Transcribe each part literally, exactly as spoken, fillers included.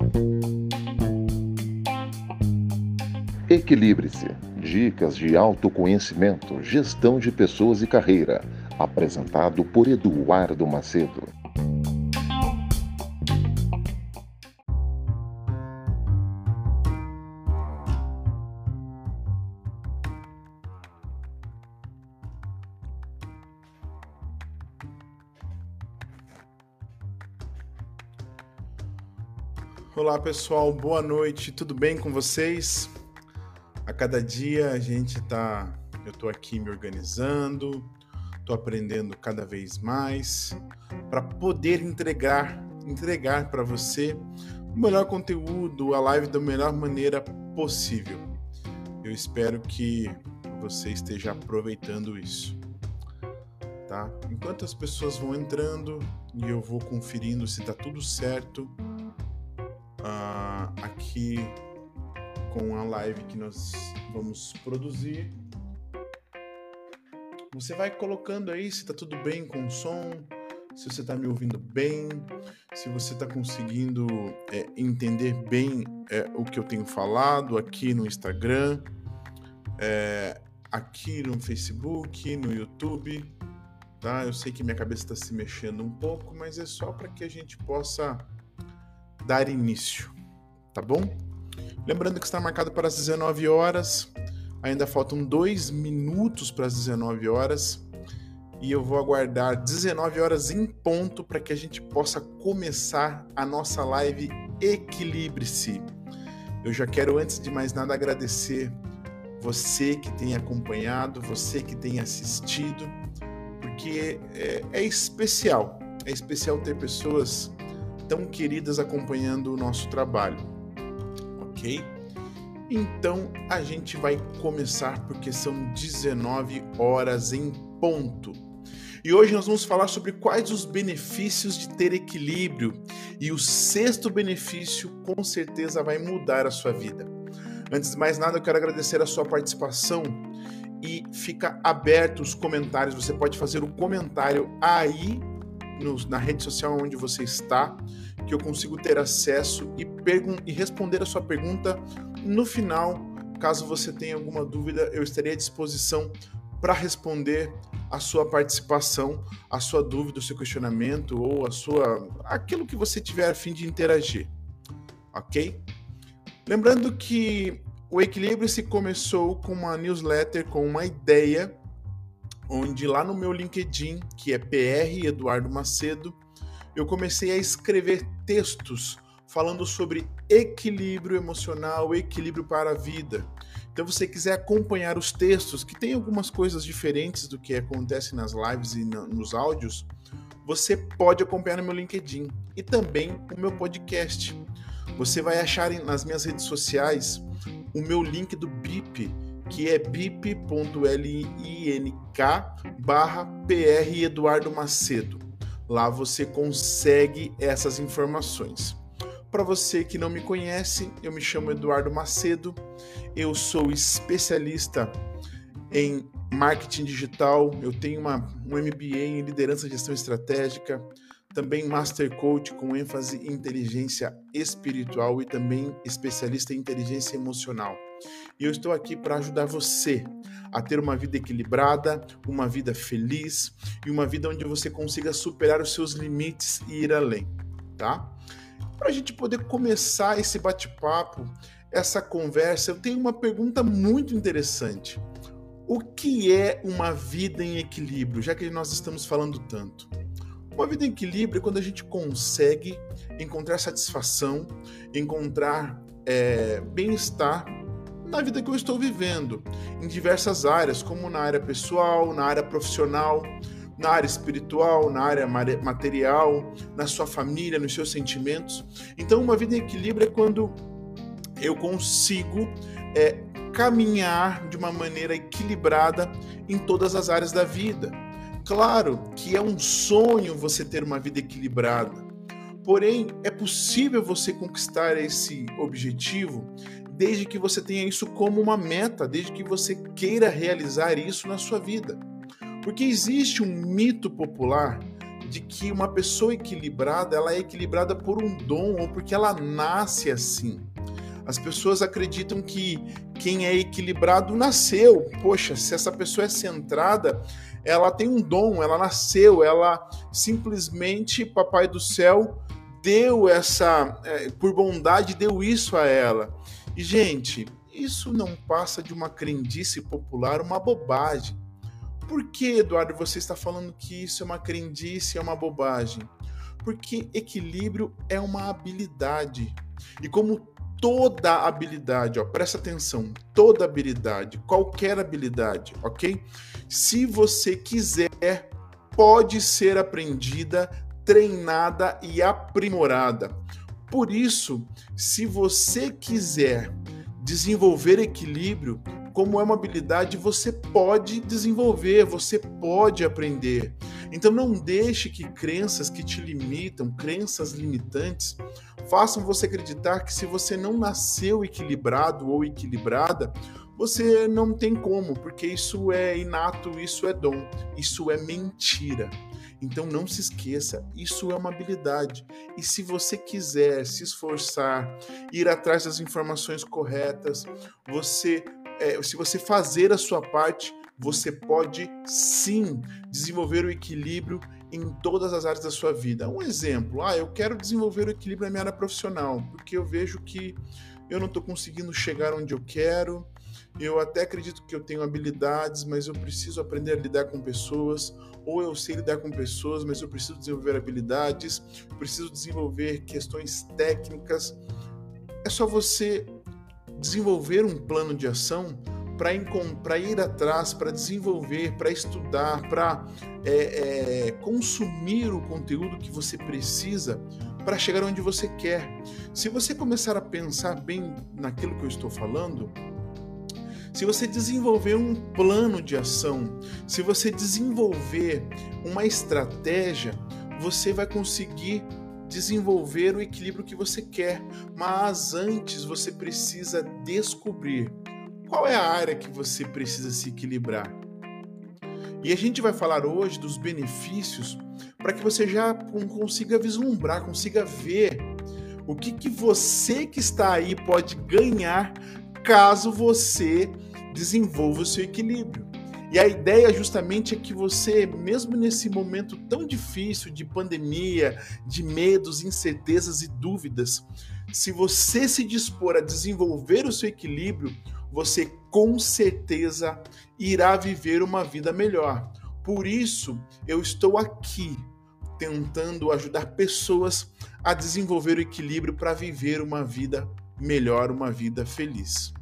Equilibre-se. Dicas de autoconhecimento, gestão de pessoas e carreira. Apresentado por Eduardo Macedo. Olá pessoal, boa noite, tudo bem com vocês? A cada dia a gente tá, eu tô aqui me organizando, tô aprendendo cada vez mais para poder entregar, entregar para você o melhor conteúdo, a live da melhor maneira possível. Eu espero que você esteja aproveitando isso, tá? Enquanto as pessoas vão entrando e eu vou conferindo se tá tudo certo, Uh, aqui com a live que nós vamos produzir. Você vai colocando aí se tá tudo bem com o som, se você tá me ouvindo bem, se você tá conseguindo é, entender bem é, o que eu tenho falado aqui no Instagram, é, aqui no Facebook, no YouTube, tá? Eu sei que minha cabeça está se mexendo um pouco, mas é só para que a gente possa dar início, tá bom? Lembrando que está marcado para as dezenove horas, ainda faltam dois minutos para as dezenove horas e eu vou aguardar dezenove horas em ponto para que a gente possa começar a nossa live Equilibre-se. Eu já quero, antes de mais nada, agradecer você que tem acompanhado, você que tem assistido, porque é, é especial, é especial ter pessoas tão queridas acompanhando o nosso trabalho, ok? Então a gente vai começar porque são dezenove horas em ponto. E hoje nós vamos falar sobre quais os benefícios de ter equilíbrio, e o sexto benefício com certeza vai mudar a sua vida. Antes de mais nada, eu quero agradecer a sua participação e fica aberto os comentários, você pode fazer o comentário aí No, na rede social onde você está, que eu consigo ter acesso e, pergun- e responder a sua pergunta no final. Caso você tenha alguma dúvida, eu estarei à disposição para responder a sua participação, a sua dúvida, o seu questionamento ou a sua, aquilo que você tiver a fim de interagir, ok? Lembrando que o Equilíbrio-se começou com uma newsletter, com uma ideia, onde lá no meu LinkedIn, que é P R Eduardo Macedo, eu comecei a escrever textos falando sobre equilíbrio emocional, equilíbrio para a vida. Então, se você quiser acompanhar os textos, que tem algumas coisas diferentes do que acontece nas lives e na, nos áudios, você pode acompanhar no meu LinkedIn e também o meu podcast. Você vai achar nas minhas redes sociais o meu link do B I P, que é bip.link barra pr Eduardo Macedo. Lá você consegue essas informações. Para você que não me conhece, eu me chamo Eduardo Macedo, eu sou especialista em marketing digital, eu tenho uma, um M B A em liderança e gestão estratégica, também Master Coach com ênfase em inteligência espiritual e também especialista em inteligência emocional. E eu estou aqui para ajudar você a ter uma vida equilibrada, uma vida feliz e uma vida onde você consiga superar os seus limites e ir além, tá? Para a gente poder começar esse bate-papo, essa conversa, eu tenho uma pergunta muito interessante. O que é uma vida em equilíbrio, já que nós estamos falando tanto? Uma vida em equilíbrio é quando a gente consegue encontrar satisfação, encontrar é, bem-estar na vida que eu estou vivendo, em diversas áreas, como na área pessoal, na área profissional, na área espiritual, na área material, na sua família, nos seus sentimentos. Então, uma vida em equilíbrio é quando eu consigo é, caminhar de uma maneira equilibrada em todas as áreas da vida. Claro que é um sonho você ter uma vida equilibrada, porém é possível você conquistar esse objetivo desde que você tenha isso como uma meta, desde que você queira realizar isso na sua vida. Porque existe um mito popular de que uma pessoa equilibrada, ela é equilibrada por um dom ou porque ela nasce assim. As pessoas acreditam que quem é equilibrado nasceu. Poxa, se essa pessoa é centrada, ela tem um dom, ela nasceu, ela simplesmente, Papai do Céu deu essa, é, por bondade, deu isso a ela. E, gente, isso não passa de uma crendice popular, uma bobagem. Por que, Eduardo, você está falando que isso é uma crendice, é uma bobagem? Porque equilíbrio é uma habilidade. E como toda habilidade, ó, presta atenção, toda habilidade, qualquer habilidade, ok? Se você quiser, pode ser aprendida, treinada e aprimorada. Por isso, se você quiser desenvolver equilíbrio, como é uma habilidade, você pode desenvolver, você pode aprender. Então não deixe que crenças que te limitam, crenças limitantes, façam você acreditar que se você não nasceu equilibrado ou equilibrada, você não tem como, porque isso é inato, isso é dom, isso é mentira. Então não se esqueça, isso é uma habilidade. E se você quiser se esforçar, ir atrás das informações corretas, você, é, se você fazer a sua parte, você pode sim desenvolver o equilíbrio em todas as áreas da sua vida. Um exemplo, ah, eu quero desenvolver o equilíbrio na minha área profissional, porque eu vejo que eu não estou conseguindo chegar onde eu quero, eu até acredito que eu tenho habilidades, mas eu preciso aprender a lidar com pessoas, ou eu sei lidar com pessoas, mas eu preciso desenvolver habilidades, preciso desenvolver questões técnicas. É só você desenvolver um plano de ação para ir atrás, para desenvolver, para estudar, para é, é, consumir o conteúdo que você precisa para chegar onde você quer. Se você começar a pensar bem naquilo que eu estou falando, se você desenvolver um plano de ação, se você desenvolver uma estratégia, você vai conseguir desenvolver o equilíbrio que você quer. Mas antes você precisa descobrir qual é a área que você precisa se equilibrar. E a gente vai falar hoje dos benefícios para que você já consiga vislumbrar, consiga ver o que, que você que está aí pode ganhar caso você desenvolva o seu equilíbrio. E a ideia justamente é que você, mesmo nesse momento tão difícil de pandemia, de medos, incertezas e dúvidas, se você se dispor a desenvolver o seu equilíbrio, você com certeza irá viver uma vida melhor. Por isso, eu estou aqui tentando ajudar pessoas a desenvolver o equilíbrio para viver uma vida melhor, uma vida feliz.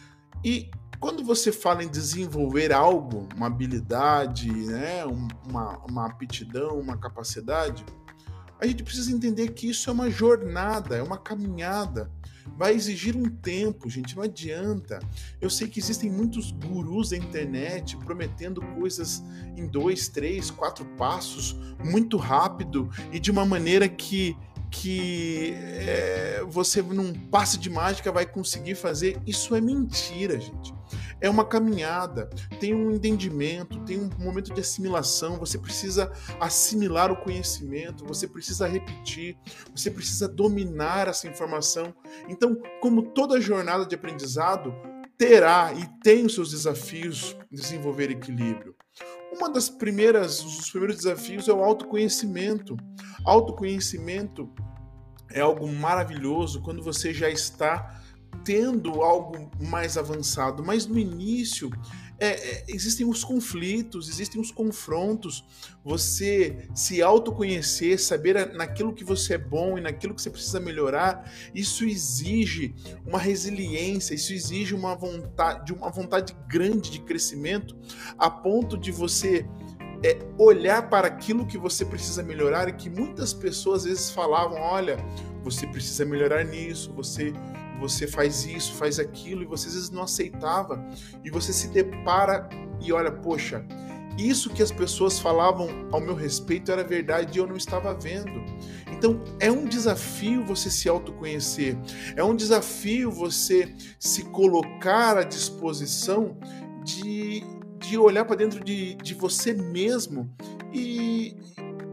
E quando você fala em desenvolver algo, uma habilidade, né, uma, uma aptidão, uma capacidade, a gente precisa entender que isso é uma jornada, é uma caminhada. Vai exigir um tempo, gente, não adianta. Eu sei que existem muitos gurus da internet prometendo coisas em dois, três, quatro passos, muito rápido e de uma maneira que que é, você num passe de mágica vai conseguir fazer. Isso é mentira, gente. É uma caminhada, tem um entendimento, tem um momento de assimilação, você precisa assimilar o conhecimento, você precisa repetir, você precisa dominar essa informação. Então, como toda jornada de aprendizado, terá e tem os seus desafios desenvolver equilíbrio. Uma das primeiras, os primeiros desafios é o autoconhecimento. Autoconhecimento é algo maravilhoso quando você já está tendo algo mais avançado, mas no início é, é, existem os conflitos, existem os confrontos. Você se autoconhecer, saber naquilo que você é bom e naquilo que você precisa melhorar, isso exige uma resiliência, isso exige uma vontade, uma vontade grande de crescimento, a ponto de você é, olhar para aquilo que você precisa melhorar, e que muitas pessoas às vezes falavam, olha, você precisa melhorar nisso, você você faz isso, faz aquilo, e você às vezes não aceitava, e você se depara e olha, poxa, isso que as pessoas falavam ao meu respeito era verdade e eu não estava vendo. Então é um desafio você se autoconhecer, é um desafio você se colocar à disposição de, de olhar para dentro de, de você mesmo e, e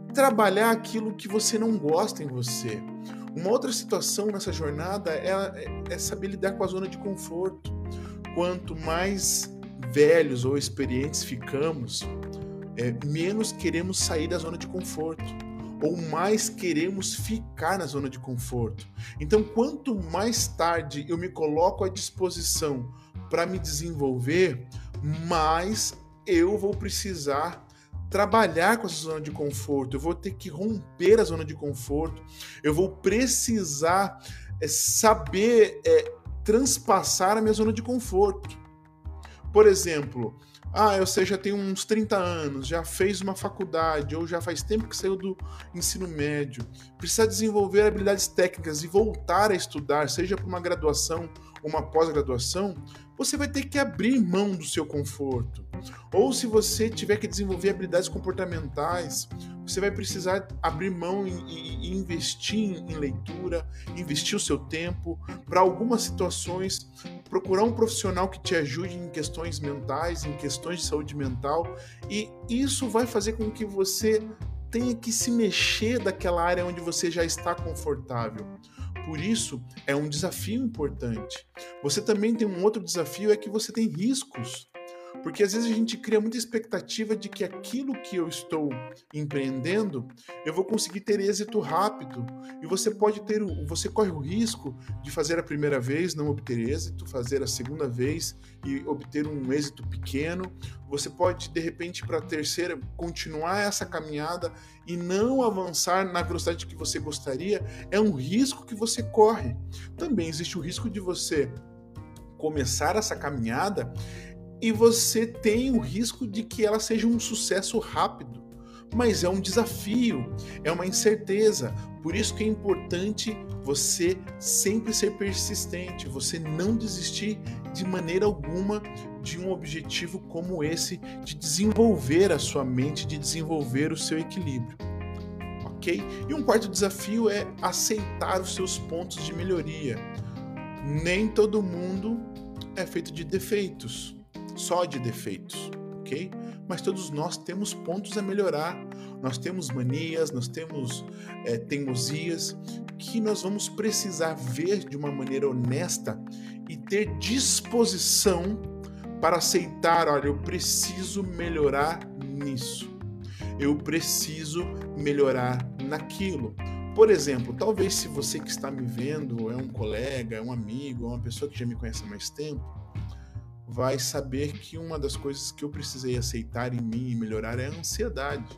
trabalhar aquilo que você não gosta em você. Uma outra situação nessa jornada é, é saber lidar com a zona de conforto. Quanto mais velhos ou experientes ficamos, é, menos queremos sair da zona de conforto, ou mais queremos ficar na zona de conforto. Então, quanto mais tarde eu me coloco à disposição para me desenvolver, mais eu vou precisar trabalhar com essa zona de conforto, eu vou ter que romper a zona de conforto, eu vou precisar é, saber é, transpassar a minha zona de conforto. Por exemplo, ah, você já tem uns trinta anos, já fez uma faculdade, ou já faz tempo que saiu do ensino médio, precisa desenvolver habilidades técnicas e voltar a estudar, seja para uma graduação ou uma pós-graduação, você vai ter que abrir mão do seu conforto. Ou se você tiver que desenvolver habilidades comportamentais, você vai precisar abrir mão e, e, e investir em leitura, investir o seu tempo. Para algumas situações, procurar um profissional que te ajude em questões mentais, em questões de saúde mental, e isso vai fazer com que você tenha que se mexer daquela área onde você já está confortável. Por isso, é um desafio importante. Você também tem um outro desafio, é que você tem riscos. Porque às vezes a gente cria muita expectativa de que aquilo que eu estou empreendendo, eu vou conseguir ter êxito rápido. E você pode ter, você corre o risco de fazer a primeira vez, não obter êxito, fazer a segunda vez e obter um êxito pequeno. Você pode, de repente, para a terceira, continuar essa caminhada e não avançar na velocidade que você gostaria. É um risco que você corre. Também existe o risco de você começar essa caminhada e você tem o risco de que ela seja um sucesso rápido. Mas é um desafio, é uma incerteza. Por isso que é importante você sempre ser persistente, você não desistir de maneira alguma de um objetivo como esse, de desenvolver a sua mente, de desenvolver o seu equilíbrio. Ok? E um quarto desafio é aceitar os seus pontos de melhoria. Nem todo mundo é feito de defeitos. Só de defeitos, ok? Mas todos nós temos pontos a melhorar, nós temos manias, nós temos é, teimosias que nós vamos precisar ver de uma maneira honesta e ter disposição para aceitar, olha, eu preciso melhorar nisso, eu preciso melhorar naquilo. Por exemplo, talvez se você que está me vendo é um colega, é um amigo, é uma pessoa que já me conhece há mais tempo, vai saber que uma das coisas que eu precisei aceitar em mim e melhorar é a ansiedade.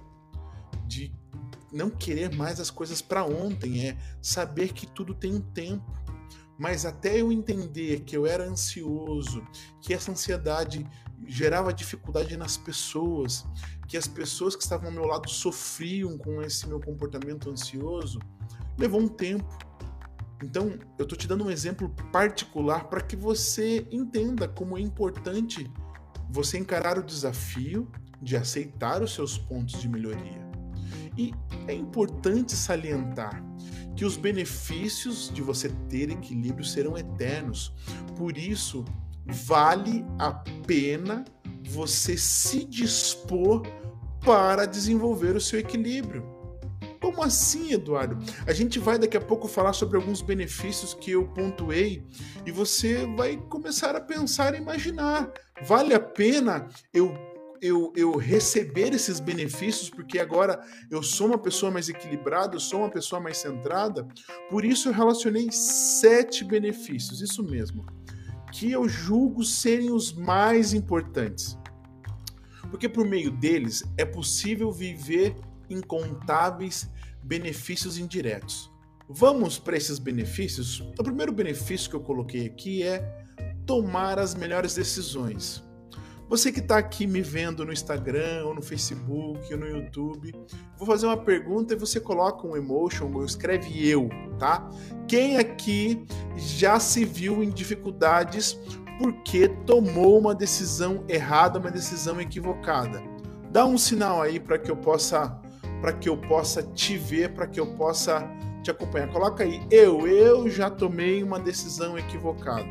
De não querer mais as coisas para ontem, é saber que tudo tem um tempo. Mas até eu entender que eu era ansioso, que essa ansiedade gerava dificuldade nas pessoas, que as pessoas que estavam ao meu lado sofriam com esse meu comportamento ansioso, levou um tempo. Então, eu estou te dando um exemplo particular para que você entenda como é importante você encarar o desafio de aceitar os seus pontos de melhoria. E é importante salientar que os benefícios de você ter equilíbrio serão eternos. Por isso, vale a pena você se dispor para desenvolver o seu equilíbrio. Como assim, Eduardo? A gente vai daqui a pouco falar sobre alguns benefícios que eu pontuei e você vai começar a pensar e imaginar. Vale a pena eu, eu, eu receber esses benefícios porque agora eu sou uma pessoa mais equilibrada, eu sou uma pessoa mais centrada? Por isso eu relacionei sete benefícios, isso mesmo, que eu julgo serem os mais importantes. Porque por meio deles é possível viver incontáveis benefícios indiretos. Vamos para esses benefícios? O primeiro benefício que eu coloquei aqui é tomar as melhores decisões. Você que está aqui me vendo no Instagram, ou no Facebook, ou no YouTube, vou fazer uma pergunta e você coloca um emotion ou escreve eu, tá? Quem aqui já se viu em dificuldades porque tomou uma decisão errada, uma decisão equivocada? Dá um sinal aí para que eu possa para que eu possa te ver, para que eu possa te acompanhar. Coloca aí, eu, eu já tomei uma decisão equivocada.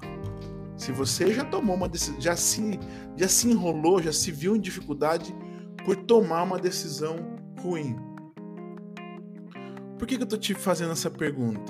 Se você já tomou uma decisão, já se, já se enrolou, já se viu em dificuldade por tomar uma decisão ruim. Por que que eu tô te fazendo essa pergunta?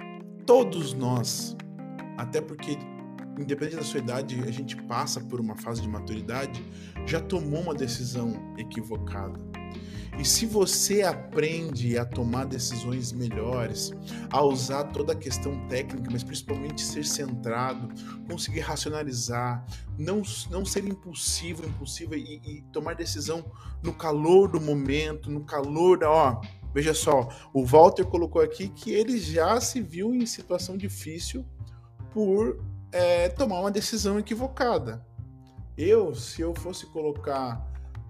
Todos nós, até porque independente da sua idade, a gente passa por uma fase de maturidade, já tomou uma decisão equivocada. E se você aprende a tomar decisões melhores, a usar toda a questão técnica, mas principalmente ser centrado, conseguir racionalizar, não, não ser impulsivo, impulsiva e, e tomar decisão no calor do momento, no calor da... Ó, veja só, o Walter colocou aqui que ele já se viu em situação difícil por é, tomar uma decisão equivocada. Eu, se eu fosse colocar...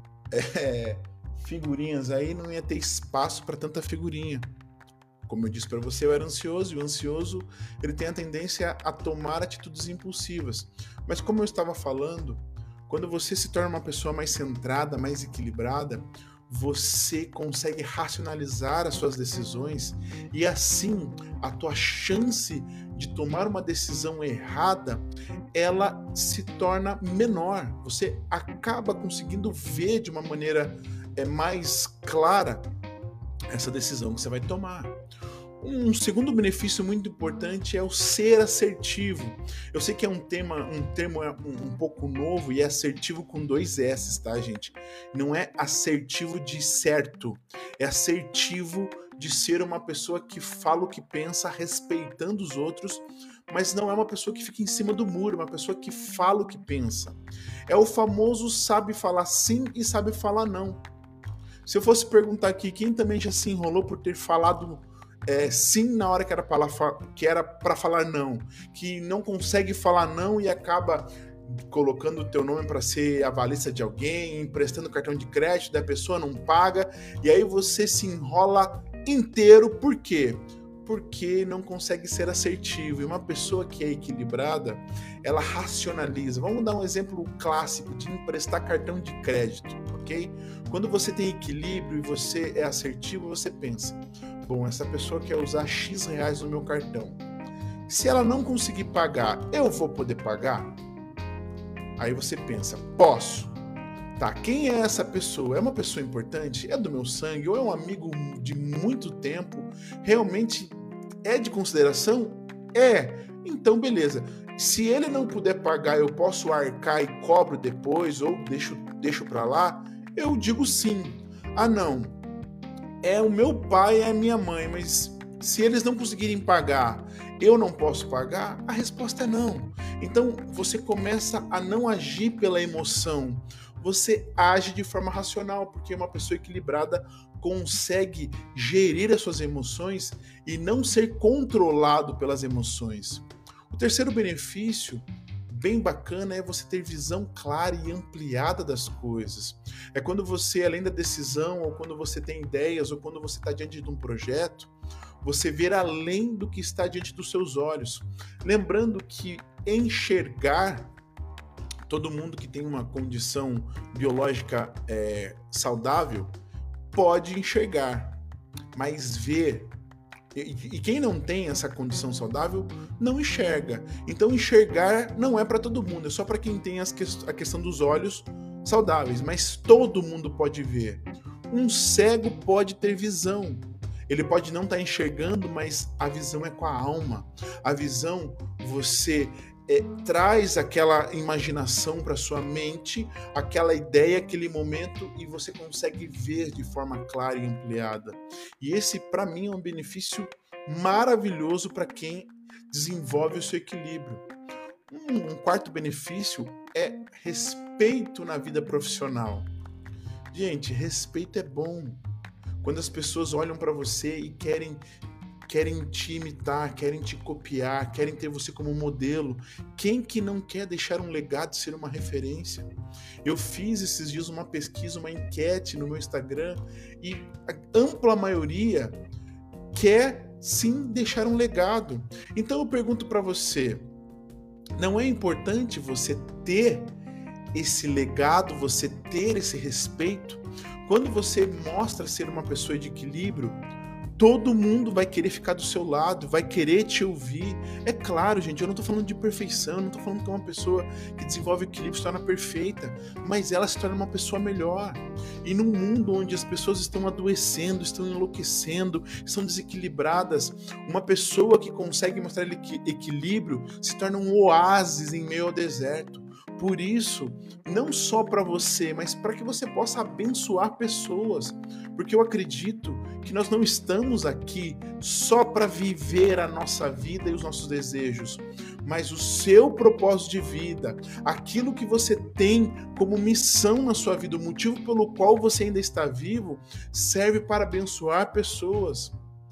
É, figurinhas aí, não ia ter espaço para tanta figurinha. Como eu disse para você, eu era ansioso, e o ansioso ele tem a tendência a tomar atitudes impulsivas. Mas como eu estava falando, quando você se torna uma pessoa mais centrada, mais equilibrada, você consegue racionalizar as suas decisões e assim a tua chance de tomar uma decisão errada, ela se torna menor. Você acaba conseguindo ver de uma maneira é mais clara essa decisão que você vai tomar. Um segundo benefício muito importante é o ser assertivo. Eu sei que é um tema, um termo um, um pouco novo e é assertivo com dois S, tá, gente? Não é assertivo de certo, é assertivo de ser uma pessoa que fala o que pensa, respeitando os outros, mas não é uma pessoa que fica em cima do muro, é uma pessoa que fala o que pensa. É o famoso sabe falar sim e sabe falar não. Se eu fosse perguntar aqui, quem também já se enrolou por ter falado é, sim na hora que era para que era para falar não, que não consegue falar não e acaba colocando o teu nome para ser avalista de alguém, emprestando cartão de crédito, da pessoa não paga, e aí você se enrola inteiro, por quê? Porque não consegue ser assertivo. E uma pessoa que é equilibrada, ela racionaliza. Vamos dar um exemplo clássico de emprestar cartão de crédito, ok? Quando você tem equilíbrio e você é assertivo, você pensa, bom, essa pessoa quer usar X reais no meu cartão. Se ela não conseguir pagar, eu vou poder pagar? Aí você pensa, posso. Tá, quem é essa pessoa? É uma pessoa importante? É do meu sangue? Ou é um amigo de muito tempo? Realmente é de consideração? É. Então, beleza. Se ele não puder pagar, eu posso arcar e cobro depois, ou deixo, deixo pra lá? Eu digo sim. Ah, não. É o meu pai, é a minha mãe, mas se eles não conseguirem pagar, eu não posso pagar? A resposta é não. Então, você começa a não agir pela emoção. Você age de forma racional, porque uma pessoa equilibrada consegue gerir as suas emoções e não ser controlado pelas emoções. O terceiro benefício, bem bacana, é você ter visão clara e ampliada das coisas. É quando você, além da decisão, ou quando você tem ideias, ou quando você está diante de um projeto, você ver além do que está diante dos seus olhos. Lembrando que enxergar, todo mundo que tem uma condição biológica é, saudável pode enxergar, mas ver, e, e quem não tem essa condição saudável não enxerga. Então enxergar não é para todo mundo, é só para quem tem as que, a questão dos olhos saudáveis, mas todo mundo pode ver. Um cego pode ter visão. Ele pode não estar enxergando, mas a visão é com a alma. A visão, você É, traz aquela imaginação para sua mente, aquela ideia, aquele momento, e você consegue ver de forma clara e ampliada. E esse, para mim, é um benefício maravilhoso para quem desenvolve o seu equilíbrio. Um, um quarto benefício é respeito na vida profissional. Gente, respeito é bom. Quando as pessoas olham para você e querem querem te imitar, querem te copiar, querem ter você como modelo. Quem que não quer deixar um legado e ser uma referência? Eu fiz esses dias uma pesquisa, uma enquete no meu Instagram e a ampla maioria quer sim deixar um legado. Então eu pergunto para você, não é importante você ter esse legado, você ter esse respeito? Quando você mostra ser uma pessoa de equilíbrio, todo mundo vai querer ficar do seu lado, vai querer te ouvir. É claro, gente, eu não tô falando de perfeição, eu não tô falando que uma pessoa que desenvolve equilíbrio se torna perfeita, mas ela se torna uma pessoa melhor. E num mundo onde as pessoas estão adoecendo, estão enlouquecendo, estão desequilibradas, uma pessoa que consegue mostrar equilíbrio se torna um oásis em meio ao deserto. Por isso, não só para você, mas para que você possa abençoar pessoas. Porque eu acredito que nós não estamos aqui só para viver a nossa vida e os nossos desejos, mas o seu propósito de vida, aquilo que você tem como missão na sua vida, o motivo pelo qual você ainda está vivo, serve para abençoar pessoas.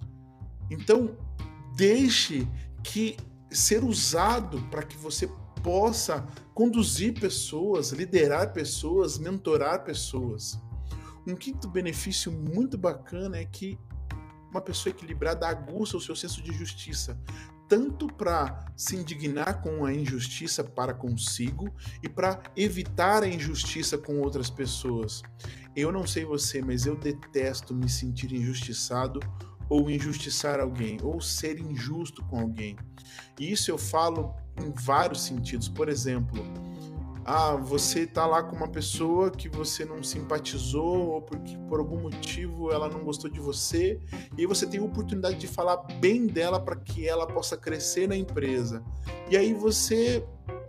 Então, deixe que ser usado para que você possa conduzir pessoas, liderar pessoas, mentorar pessoas. Um quinto benefício muito bacana é que uma pessoa equilibrada aguça o seu senso de justiça, tanto para se indignar com a injustiça para consigo e para evitar a injustiça com outras pessoas. Eu não sei você, mas eu detesto me sentir injustiçado ou injustiçar alguém, ou ser injusto com alguém. E isso eu falo em vários sentidos. Por exemplo, ah, você tá lá com uma pessoa que você não simpatizou ou porque por algum motivo ela não gostou de você, e aí você tem a oportunidade de falar bem dela para que ela possa crescer na empresa. E aí você,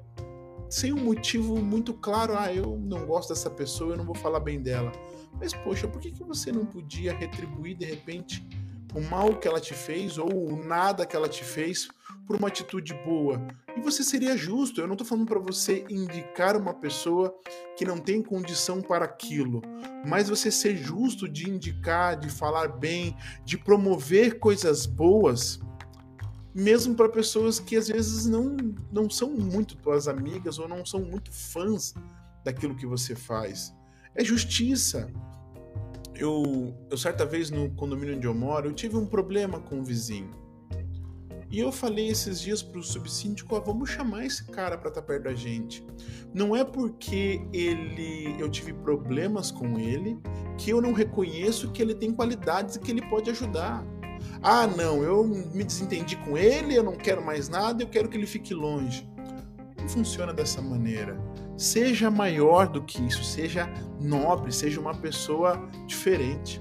sem um motivo muito claro, ah, eu não gosto dessa pessoa, eu não vou falar bem dela. Mas poxa, por que que você não podia retribuir de repente o mal que ela te fez ou o nada que ela te fez por uma atitude boa? E você seria justo. Eu não estou falando para você indicar uma pessoa que não tem condição para aquilo, mas você ser justo de indicar, de falar bem, de promover coisas boas, mesmo para pessoas que às vezes não, não são muito tuas amigas ou não são muito fãs daquilo que você faz. É justiça. Eu, eu certa vez no condomínio onde eu moro, eu tive um problema com o vizinho. E eu falei esses dias pro subsíndico, ah, vamos chamar esse cara para estar perto da gente. Não é porque ele, eu tive problemas com ele que eu não reconheço que ele tem qualidades e que ele pode ajudar. Ah, não, eu me desentendi com ele, eu não quero mais nada, eu quero que ele fique longe. Não funciona dessa maneira. Seja maior do que isso, seja nobre, seja uma pessoa diferente.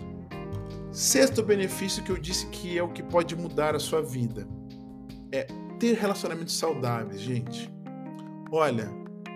Sexto benefício que eu disse que é o que pode mudar a sua vida é ter relacionamentos saudáveis, gente. Olha,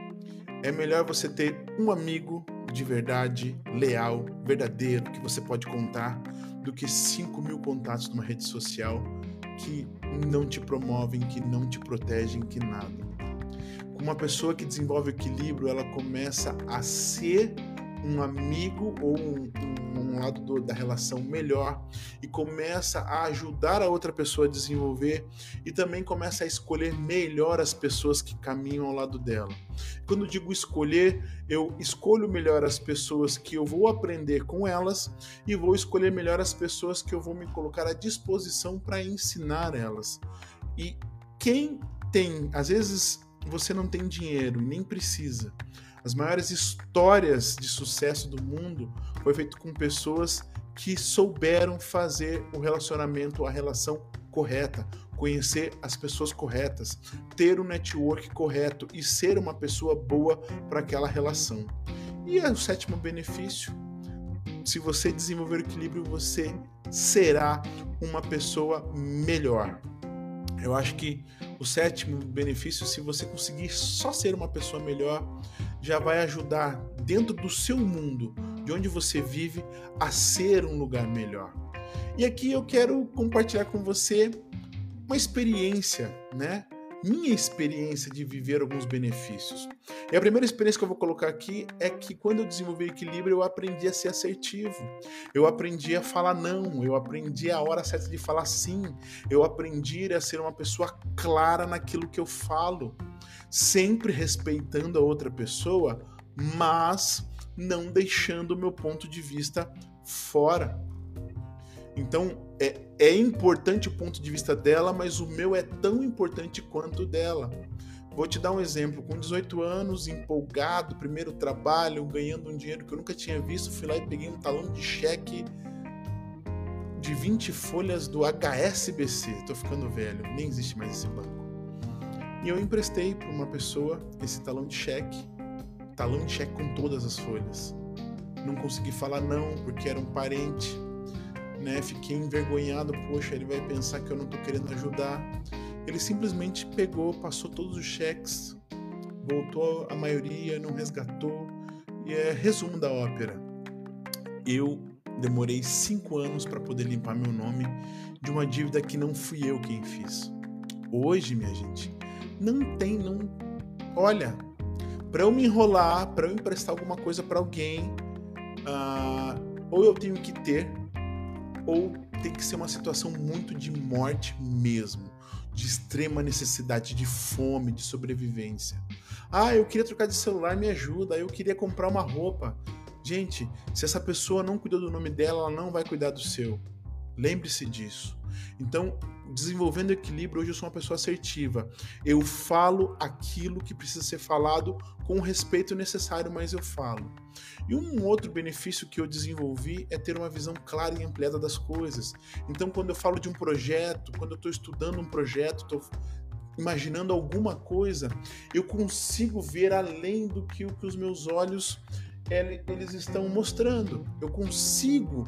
é melhor você ter um amigo de verdade, leal, verdadeiro, que você pode contar, do que cinco mil contatos numa rede social que não te promovem, que não te protegem, que nada. Com uma pessoa que desenvolve equilíbrio, ela começa a ser um amigo ou um, um, um lado do, da relação melhor e começa a ajudar a outra pessoa a desenvolver e também começa a escolher melhor as pessoas que caminham ao lado dela. Quando eu digo escolher, eu escolho melhor as pessoas que eu vou aprender com elas e vou escolher melhor as pessoas que eu vou me colocar à disposição para ensinar elas. E quem tem, às vezes você não tem dinheiro e nem precisa. As maiores histórias de sucesso do mundo foi feito com pessoas que souberam fazer o relacionamento, a relação correta, conhecer as pessoas corretas, ter o network correto e ser uma pessoa boa para aquela relação. E o sétimo benefício, se você desenvolver equilíbrio, você será uma pessoa melhor. Eu acho que o sétimo benefício, se você conseguir só ser uma pessoa melhor, já vai ajudar dentro do seu mundo, de onde você vive, a ser um lugar melhor. E aqui eu quero compartilhar com você uma experiência, né? Minha experiência de viver alguns benefícios. E a primeira experiência que eu vou colocar aqui é que quando eu desenvolvi equilíbrio, eu aprendi a ser assertivo. Eu aprendi a falar não, eu aprendi a hora certa de falar sim. Eu aprendi a ser uma pessoa clara naquilo que eu falo, sempre respeitando a outra pessoa, mas não deixando o meu ponto de vista fora. Então, é, é importante o ponto de vista dela, mas o meu é tão importante quanto o dela. Vou te dar um exemplo. Com dezoito anos, empolgado, primeiro trabalho, ganhando um dinheiro que eu nunca tinha visto, fui lá e peguei um talão de cheque de vinte folhas do H S B C. Tô ficando velho, nem existe mais esse banco. E eu emprestei para uma pessoa esse talão de cheque, talão de cheque com todas as folhas. Não consegui falar não, porque era um parente, né? Fiquei envergonhado, poxa, ele vai pensar que eu não tô querendo ajudar. Ele simplesmente pegou, passou todos os cheques, voltou a maioria, não resgatou. E é resumo da ópera. Eu demorei cinco anos para poder limpar meu nome de uma dívida que não fui eu quem fiz. Hoje, minha gente, não tem, não... Olha, para eu me enrolar, para eu emprestar alguma coisa para alguém, uh, ou eu tenho que ter, ou tem que ser uma situação muito de morte mesmo, de extrema necessidade, de fome, de sobrevivência. Ah, eu queria trocar de celular, me ajuda, eu queria comprar uma roupa. Gente, se essa pessoa não cuidou do nome dela, ela não vai cuidar do seu. Lembre-se disso. Então, desenvolvendo equilíbrio, hoje eu sou uma pessoa assertiva. Eu falo aquilo que precisa ser falado com o respeito necessário, mas eu falo. E um outro benefício que eu desenvolvi é ter uma visão clara e ampliada das coisas. Então, quando eu falo de um projeto, quando eu estou estudando um projeto, estou imaginando alguma coisa, eu consigo ver além do que, o que os meus olhos eles estão mostrando. Eu consigo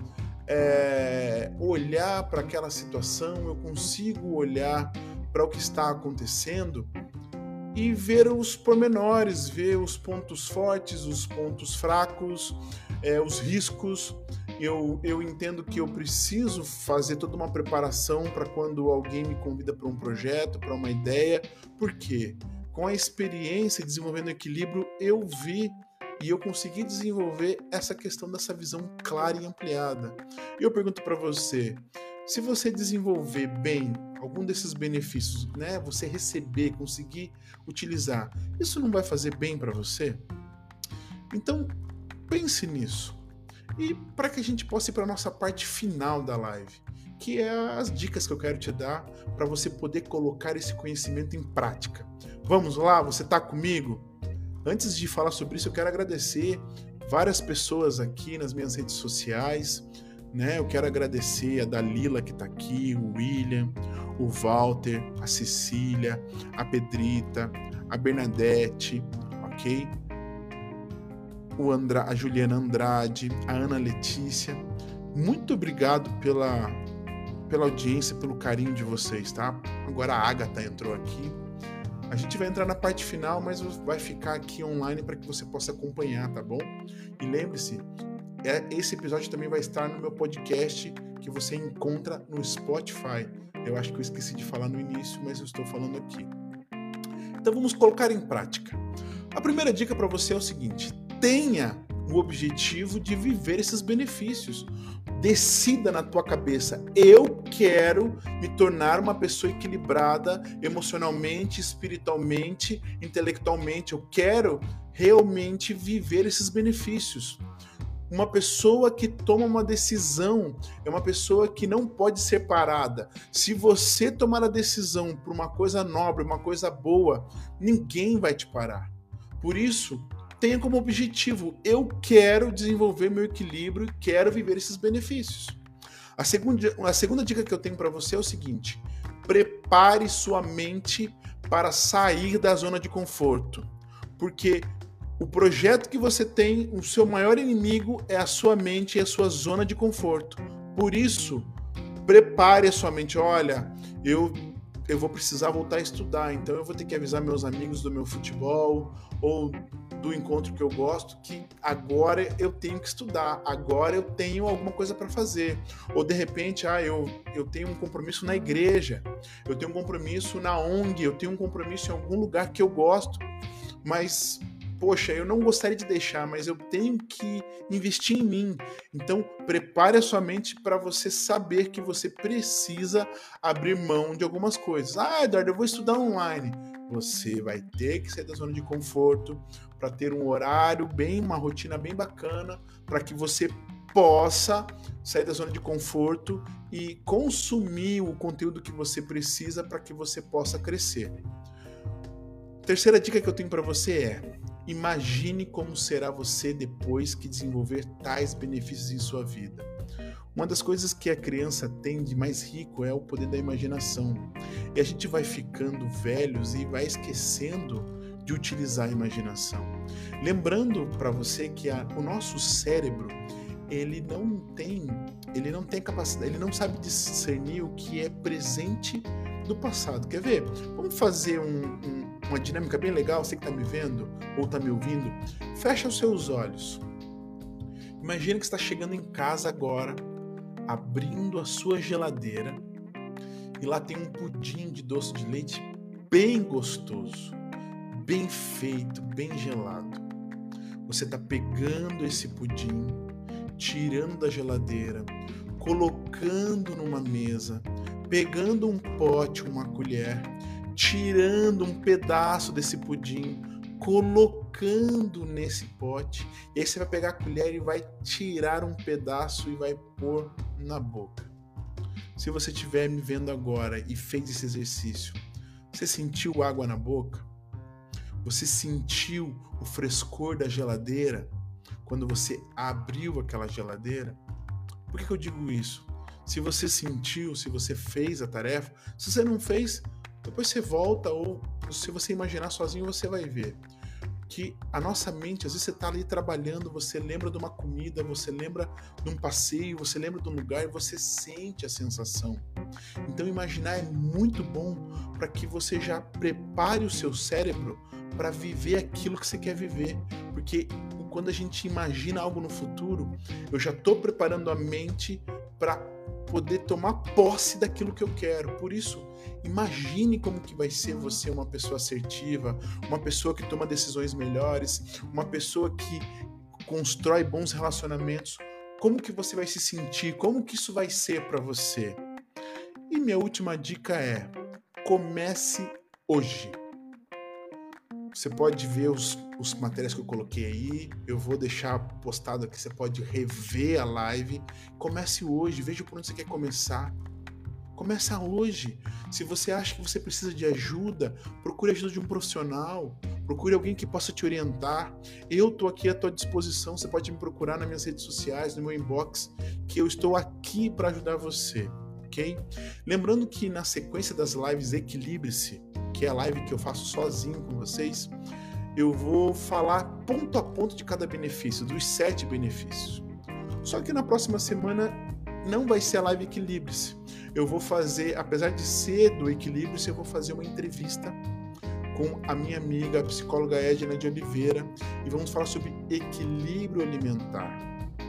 é, olhar para aquela situação, eu consigo olhar para o que está acontecendo e ver os pormenores, ver os pontos fortes, os pontos fracos, é, os riscos. Eu, eu entendo que eu preciso fazer toda uma preparação para quando alguém me convida para um projeto, para uma ideia, porque com a experiência e desenvolvendo equilíbrio, eu vi e eu consegui desenvolver essa questão dessa visão clara e ampliada. E eu pergunto para você, se você desenvolver bem algum desses benefícios, né, você receber, conseguir utilizar, isso não vai fazer bem para você? Então, pense nisso. E para que a gente possa ir para a nossa parte final da live, que é as dicas que eu quero te dar para você poder colocar esse conhecimento em prática. Vamos lá? Você está comigo? Antes de falar sobre isso, eu quero agradecer várias pessoas aqui nas minhas redes sociais, né? Eu quero agradecer a Dalila que está aqui, o William, o Walter, a Cecília, a Pedrita, a Bernadette, ok? O Andra, a Juliana Andrade, a Ana Letícia. Muito obrigado pela, pela audiência, pelo carinho de vocês, tá? Agora a Agatha entrou aqui. A gente vai entrar na parte final, mas vai ficar aqui online para que você possa acompanhar, tá bom? E lembre-se, esse episódio também vai estar no meu podcast que você encontra no Spotify. Eu acho que eu esqueci de falar no início, mas eu estou falando aqui. Então vamos colocar em prática. A primeira dica para você é o seguinte: tenha o objetivo de viver esses benefícios. Decida na tua cabeça, eu quero me tornar uma pessoa equilibrada emocionalmente, espiritualmente, intelectualmente. Eu quero realmente viver esses benefícios. Uma pessoa que toma uma decisão é uma pessoa que não pode ser parada. Se você tomar a decisão por uma coisa nobre, uma coisa boa, ninguém vai te parar. Por isso, tenha como objetivo, eu quero desenvolver meu equilíbrio e quero viver esses benefícios. A segunda, a segunda dica que eu tenho para você é o seguinte: prepare sua mente para sair da zona de conforto. Porque o projeto que você tem, o seu maior inimigo é a sua mente e a sua zona de conforto. Por isso, prepare a sua mente. Olha, eu, eu vou precisar voltar a estudar, então eu vou ter que avisar meus amigos do meu futebol ou do encontro que eu gosto, que agora eu tenho que estudar, agora eu tenho alguma coisa para fazer. Ou de repente, ah, eu, eu tenho um compromisso na igreja, eu tenho um compromisso na O N G, eu tenho um compromisso em algum lugar que eu gosto, mas, poxa, eu não gostaria de deixar, mas eu tenho que investir em mim. Então, prepare a sua mente para você saber que você precisa abrir mão de algumas coisas. Ah, Eduardo, eu vou estudar online. Você vai ter que sair da zona de conforto para ter um horário bem, uma rotina bem bacana, para que você possa sair da zona de conforto e consumir o conteúdo que você precisa para que você possa crescer. Terceira dica que eu tenho para você é: imagine como será você depois que desenvolver tais benefícios em sua vida. Uma das coisas que a criança tem de mais rico é o poder da imaginação. E a gente vai ficando velhos e vai esquecendo de utilizar a imaginação. Lembrando para você que a, o nosso cérebro, ele não tem, ele não tem capacidade, ele não sabe discernir o que é presente do passado. Quer ver? Vamos fazer um, um, uma dinâmica bem legal, você que está me vendo ou está me ouvindo, fecha os seus olhos. Imagina que está chegando em casa agora, abrindo a sua geladeira e lá tem um pudim de doce de leite bem gostoso, bem feito, bem gelado. Você está pegando esse pudim, tirando da geladeira, colocando numa mesa, pegando um pote, uma colher, tirando um pedaço desse pudim, colocando nesse pote, e aí você vai pegar a colher e vai tirar um pedaço e vai pôr na boca. Se você estiver me vendo agora e fez esse exercício, você sentiu água na boca? Você sentiu o frescor da geladeira quando você abriu aquela geladeira? Por que que eu digo isso? Se você sentiu, se você fez a tarefa, se você não fez, depois você volta, ou se você imaginar sozinho, você vai ver que a nossa mente, às vezes você está ali trabalhando, você lembra de uma comida, você lembra de um passeio, você lembra de um lugar e você sente a sensação. Então imaginar é muito bom para que você já prepare o seu cérebro para viver aquilo que você quer viver, porque quando a gente imagina algo no futuro, eu já estou preparando a mente para poder tomar posse daquilo que eu quero. Por isso, imagine como que vai ser você uma pessoa assertiva, uma pessoa que toma decisões melhores, uma pessoa que constrói bons relacionamentos. Como que você vai se sentir? Como que isso vai ser para você? E minha última dica é: comece hoje. Você pode ver os, os materiais que eu coloquei aí, eu vou deixar postado aqui, você pode rever a live. Comece hoje, veja por onde você quer começar. Começa hoje. Se você acha que você precisa de ajuda, procure a ajuda de um profissional, procure alguém que possa te orientar. Eu estou aqui à tua disposição, você pode me procurar nas minhas redes sociais, no meu inbox, que eu estou aqui para ajudar você, ok? Lembrando que na sequência das lives Equilibre-se, que é a live que eu faço sozinho com vocês, eu vou falar ponto a ponto de cada benefício, dos sete benefícios. Só que na próxima semana não vai ser a live Equilibre-se. Eu vou fazer, apesar de ser do Equilibre-se, eu vou fazer uma entrevista com a minha amiga, a psicóloga Edna de Oliveira, e vamos falar sobre equilíbrio alimentar.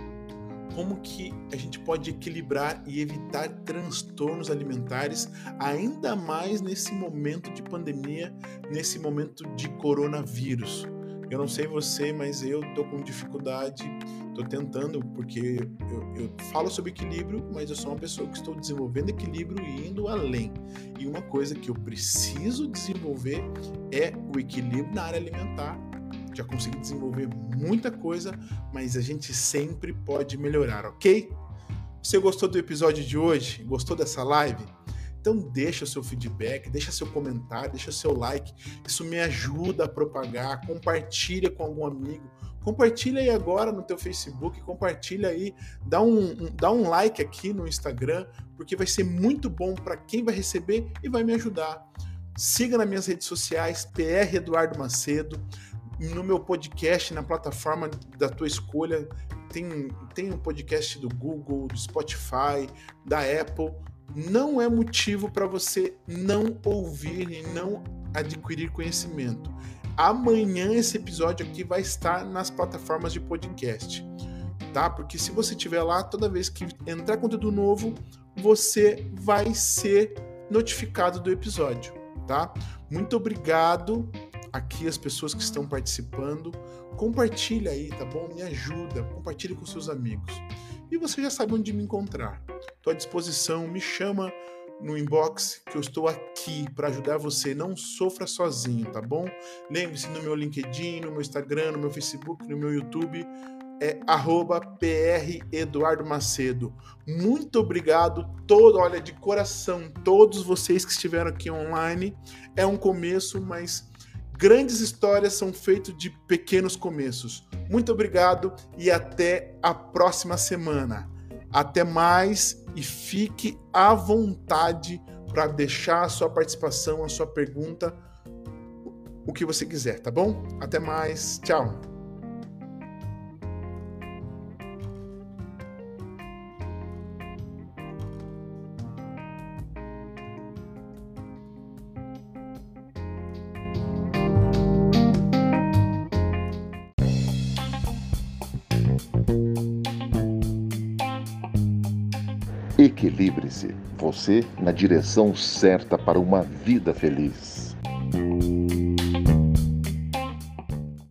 Como que a gente pode equilibrar e evitar transtornos alimentares, ainda mais nesse momento de pandemia, nesse momento de coronavírus. Eu não sei você, mas eu tô com dificuldade, tô tentando, porque eu, eu falo sobre equilíbrio, mas eu sou uma pessoa que estou desenvolvendo equilíbrio e indo além. E uma coisa que eu preciso desenvolver é o equilíbrio na área alimentar. Já consegui desenvolver muita coisa, mas a gente sempre pode melhorar, ok? Você gostou do episódio de hoje? Gostou dessa live? Então deixa o seu feedback, deixa seu comentário, deixa seu like. Isso me ajuda a propagar. Compartilha com algum amigo. Compartilha aí agora no teu Facebook, compartilha aí, dá um, um, dá um like aqui no Instagram, porque vai ser muito bom para quem vai receber e vai me ajudar. Siga nas minhas redes sociais, P R Eduardo Macedo. No meu podcast, na plataforma da tua escolha, tem, tem um podcast do Google, do Spotify, da Apple. Não é motivo para você não ouvir e não adquirir conhecimento. Amanhã esse episódio aqui vai estar nas plataformas de podcast, tá? Porque se você estiver lá, toda vez que entrar conteúdo novo, você vai ser notificado do episódio, tá? Muito obrigado aqui as pessoas que estão participando. Compartilha aí, tá bom? Me ajuda, compartilha com seus amigos. E você já sabe onde me encontrar. Estou à disposição, me chama no inbox que eu estou aqui para ajudar você. Não sofra sozinho, tá bom? Lembre-se, no meu LinkedIn, no meu Instagram, no meu Facebook, no meu YouTube, é arroba P R Eduardo Macedo. Muito obrigado, todo, olha, de coração, todos vocês que estiveram aqui online. É um começo, mas grandes histórias são feitas de pequenos começos. Muito obrigado e até a próxima semana. Até mais e fique à vontade para deixar a sua participação, a sua pergunta, o que você quiser, tá bom? Até mais, tchau! Equilibre-se, você na direção certa para uma vida feliz.